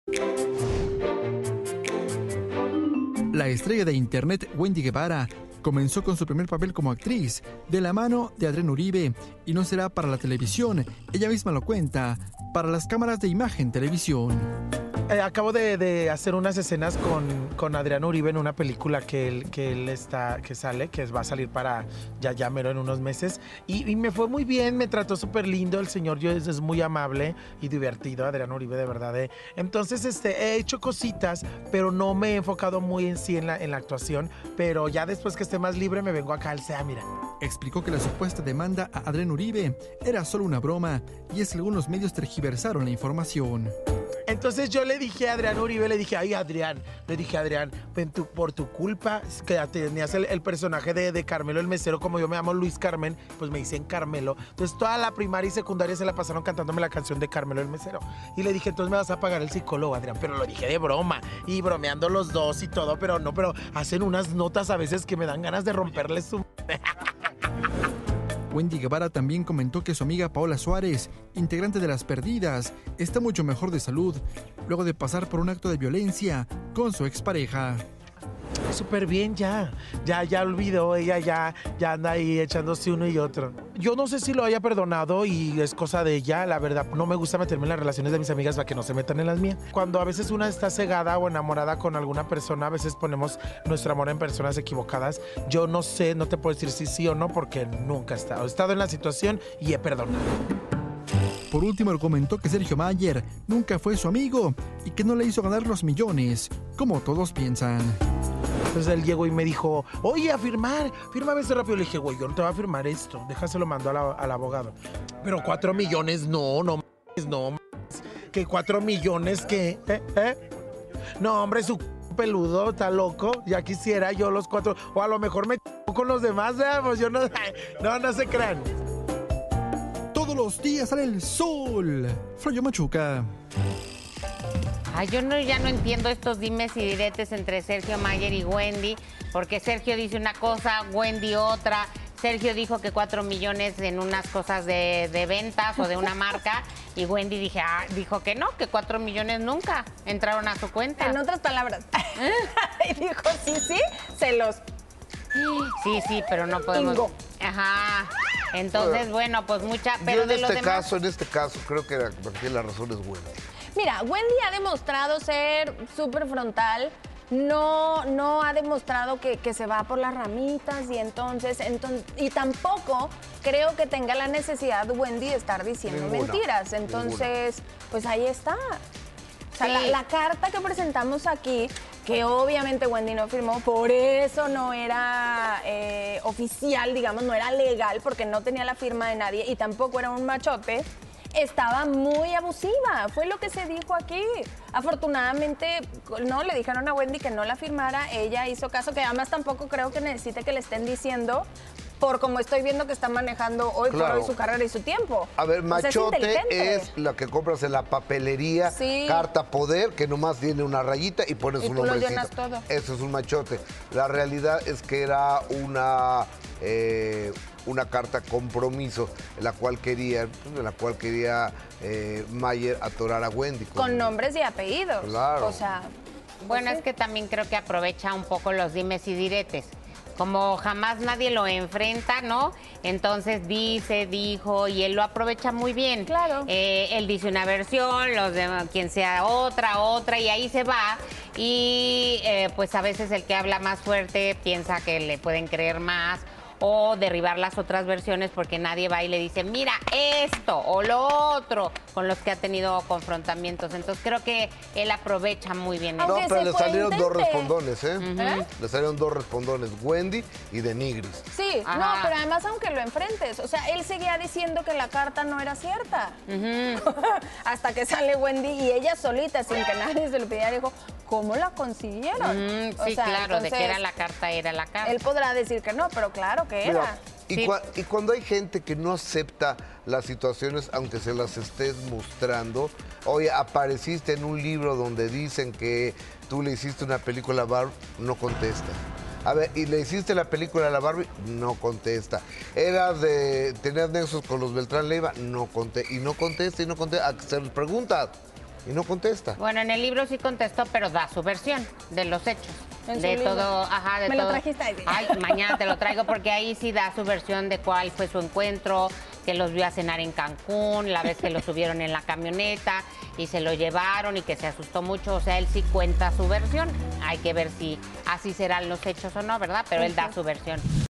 La estrella de internet Wendy Guevara comenzó con su primer papel como actriz, de la mano de Adrián Uribe, y no será para la televisión, ella misma lo cuenta, para las cámaras de imagen televisión. Acabo de hacer unas escenas con Adrián Uribe en una película que va a salir para ya mero en unos meses. Y me fue muy bien, me trató súper lindo. El señor es muy amable y divertido, Adrián Uribe, de verdad. Entonces, he hecho cositas, pero no me he enfocado muy en sí en la actuación. Pero ya después que esté más libre, me vengo acá al SEA, mira. Explicó que la supuesta demanda a Adrián Uribe era solo una broma, y es que algunos medios tergiversaron la información. Entonces yo le dije a Adrián Uribe, ay Adrián, por tu culpa, que tenías el personaje de Carmelo el mesero, como yo me llamo Luis Carmen, pues me dicen Carmelo. Entonces toda la primaria y secundaria se la pasaron cantándome la canción de Carmelo el mesero. Y le dije, entonces me vas a pagar el psicólogo, Adrián, pero lo dije de broma, y bromeando los dos y todo, pero hacen unas notas a veces que me dan ganas de romperles su... Wendy Guevara también comentó que su amiga Paola Suárez, integrante de Las Perdidas, está mucho mejor de salud, luego de pasar por un acto de violencia con su expareja. Súper bien, ya olvidó, ella ya anda ahí echándose uno y otro. Yo no sé si lo haya perdonado y es cosa de ella, la verdad, no me gusta meterme en las relaciones de mis amigas para que no se metan en las mías. Cuando a veces una está cegada o enamorada con alguna persona, a veces ponemos nuestro amor en personas equivocadas. Yo no sé, no te puedo decir si sí o no porque nunca he estado en la situación y he perdonado. Por último, comentó que Sergio Mayer nunca fue su amigo y que no le hizo ganar los millones, como todos piensan. Entonces él llegó y me dijo, oye, fírmame esto rápido. Le dije, güey, yo no te voy a firmar esto, déjaselo mando al abogado. Pero 4 millones, no, que 4 millones, ¿qué? No, hombre, su peludo, está loco, ya quisiera yo los 4, o a lo mejor me con los demás, pues yo no se crean. Todos los días sale el sol. Floyo Machuca. Ay, yo ya no entiendo estos dimes y diretes entre Sergio Mayer y Wendy, porque Sergio dice una cosa, Wendy otra. Sergio dijo que 4 millones en unas cosas de ventas o de una marca, y Wendy dijo que no, que 4 millones nunca entraron a su cuenta. En otras palabras. Y dijo, sí, celos. Sí, pero no podemos. Bingo. Ajá. Entonces, bueno, pues pero yo en este caso, creo que aquí la razón es Wendy. Mira, Wendy ha demostrado ser súper frontal, no ha demostrado que se va por las ramitas y tampoco creo que tenga la necesidad Wendy de estar diciendo mentiras. Entonces, pues ahí está. O sea, sí. La carta que presentamos aquí, que obviamente Wendy no firmó, por eso no era oficial, digamos, no era legal, porque no tenía la firma de nadie y tampoco era un machote. Estaba muy abusiva, fue lo que se dijo aquí. Afortunadamente, no le dijeron a Wendy que no la firmara, ella hizo caso, que además tampoco creo que necesite que le estén diciendo, por como estoy viendo que está manejando hoy por hoy su carrera y su tiempo. A ver, machote es la que compras en la papelería, carta poder, que nomás tiene una rayita y pones un nombrecito. Lo llenas todo. Eso es un machote. La realidad es que era una carta compromiso en la cual quería Mayer atorar a Wendy. Con nombres y apellidos. Claro. O sea, bueno, es que también creo que aprovecha un poco los dimes y diretes. Como jamás nadie lo enfrenta, ¿no? Entonces dijo, y él lo aprovecha muy bien. Claro. Él dice una versión, los demás, quien sea otra, y ahí se va. Y pues a veces el que habla más fuerte piensa que le pueden creer más, o derribar las otras versiones porque nadie va y le dice, mira, esto o lo otro, con los que ha tenido confrontamientos. Entonces creo que él aprovecha muy bien eso. No, pero le salieron dos respondones, Le salieron dos respondones, Wendy y de Nigris. Sí, no, pero además aunque lo enfrentes, o sea, él seguía diciendo que la carta no era cierta. Hasta que sale Wendy y ella solita, sin que nadie se lo pidiera, dijo, ¿cómo la consiguieron? Sí, claro, entonces, de que era la carta. Él podrá decir que no, pero claro que era. Mira, y cuando hay gente que no acepta las situaciones, aunque se las estés mostrando, oye, apareciste en un libro donde dicen que tú le hiciste una película a Barbie, no contesta. A ver, y le hiciste la película a la Barbie, no contesta. Tenías nexos con los Beltrán Leiva, no contesta. Y no contesta. Se les pregunta. y no contesta. Bueno, en el libro sí contestó, pero da su versión de los hechos. En De su todo, libro. ajá, de ¿Me todo. lo trajiste? Ay, mañana te lo traigo porque ahí sí da su versión de cuál fue su encuentro, que los vio a cenar en Cancún, la vez que lo subieron en la camioneta y se lo llevaron y que se asustó mucho. O sea, él sí cuenta su versión. Hay que ver si así serán los hechos o no, ¿verdad? Pero él da su versión.